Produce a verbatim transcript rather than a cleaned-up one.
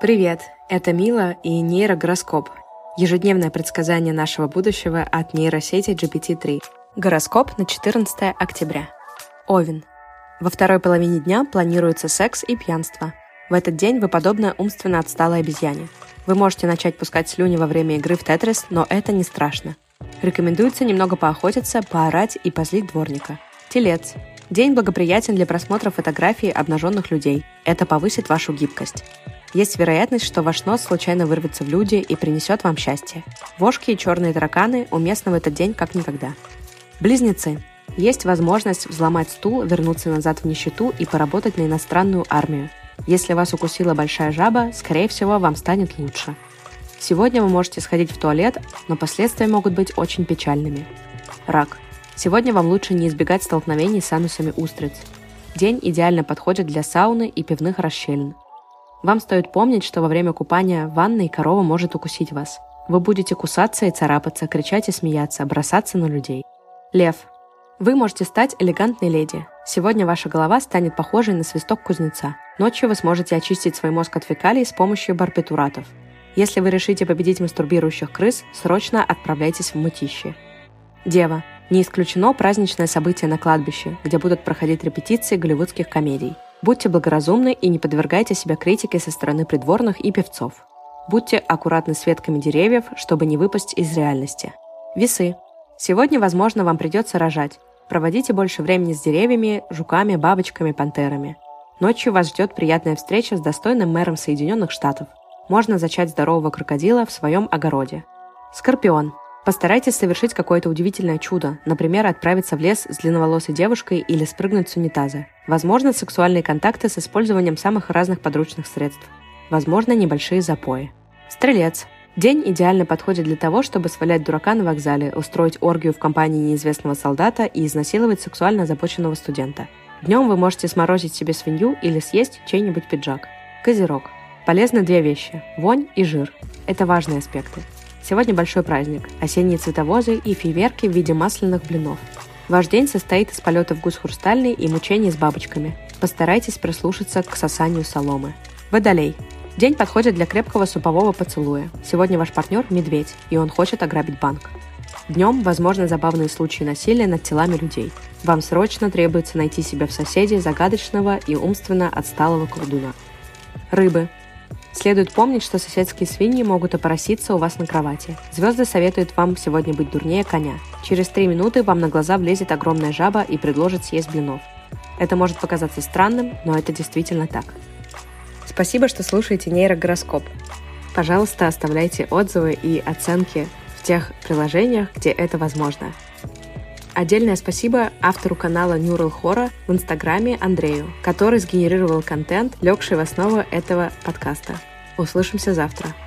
Привет, это Мила и нейрогороскоп. Ежедневное предсказание нашего будущего от нейросети джи пи ти три. Гороскоп на четырнадцатое октября. Овен. Во второй половине дня планируется секс и пьянство. В этот день вы подобны умственно отсталой обезьяне. Вы можете начать пускать слюни во время игры в Тетрис, но это не страшно. Рекомендуется немного поохотиться, поорать и позлить дворника. Телец. День благоприятен для просмотра фотографий обнаженных людей. Это повысит вашу гибкость. Есть вероятность, что ваш нос случайно вырвется в люди и принесет вам счастье. Вошки и черные тараканы уместны в этот день как никогда. Близнецы. Есть возможность взломать стул, вернуться назад в нищету и поработать на иностранную армию. Если вас укусила большая жаба, скорее всего, вам станет лучше. Сегодня вы можете сходить в туалет, но последствия могут быть очень печальными. Рак. Сегодня вам лучше не избегать столкновений с анусами устриц. День идеально подходит для сауны и пивных расщелин. Вам стоит помнить, что во время купания в ванной корова может укусить вас. Вы будете кусаться и царапаться, кричать и смеяться, бросаться на людей. Лев. Вы можете стать элегантной леди. Сегодня ваша голова станет похожей на свисток кузнеца. Ночью вы сможете очистить свой мозг от фекалий с помощью барбитуратов. Если вы решите победить мастурбирующих крыс, срочно отправляйтесь в мытище. Дева. Не исключено праздничное событие на кладбище, где будут проходить репетиции голливудских комедий. Будьте благоразумны и не подвергайте себя критике со стороны придворных и певцов. Будьте аккуратны с ветками деревьев, чтобы не выпасть из реальности. Весы. Сегодня, возможно, вам придется рожать. Проводите больше времени с деревьями, жуками, бабочками, пантерами. Ночью вас ждет приятная встреча с достойным мэром Соединенных Штатов. Можно зачать здорового крокодила в своем огороде. Скорпион. Постарайтесь совершить какое-то удивительное чудо, например, отправиться в лес с длинноволосой девушкой или спрыгнуть с унитаза. Возможно, сексуальные контакты с использованием самых разных подручных средств. Возможно, небольшие запои. Стрелец. День идеально подходит для того, чтобы свалять дурака на вокзале, устроить оргию в компании неизвестного солдата и изнасиловать сексуально озабоченного студента. Днем вы можете сморозить себе свинью или съесть чей-нибудь пиджак. Козерог. Полезны две вещи – вонь и жир. Это важные аспекты. Сегодня большой праздник – осенние цветовозы и фейерверки в виде масляных блинов. Ваш день состоит из полетов гусь хрустальный и мучений с бабочками. Постарайтесь прислушаться к сосанию соломы. Водолей. День подходит для крепкого супового поцелуя. Сегодня ваш партнер – медведь, и он хочет ограбить банк. Днем возможны забавные случаи насилия над телами людей. Вам срочно требуется найти себе в соседе загадочного и умственно отсталого колдуна. Рыбы. Следует помнить, что соседские свиньи могут опороситься у вас на кровати. Звезды советуют вам сегодня быть дурнее коня. Через три минуты вам на глаза влезет огромная жаба и предложит съесть блинов. Это может показаться странным, но это действительно так. Спасибо, что слушаете нейрогороскоп. Пожалуйста, оставляйте отзывы и оценки в тех приложениях, где это возможно. Отдельное спасибо автору канала Neural Horror в Инстаграме Андрею, который сгенерировал контент, легший в основу этого подкаста. Услышимся завтра.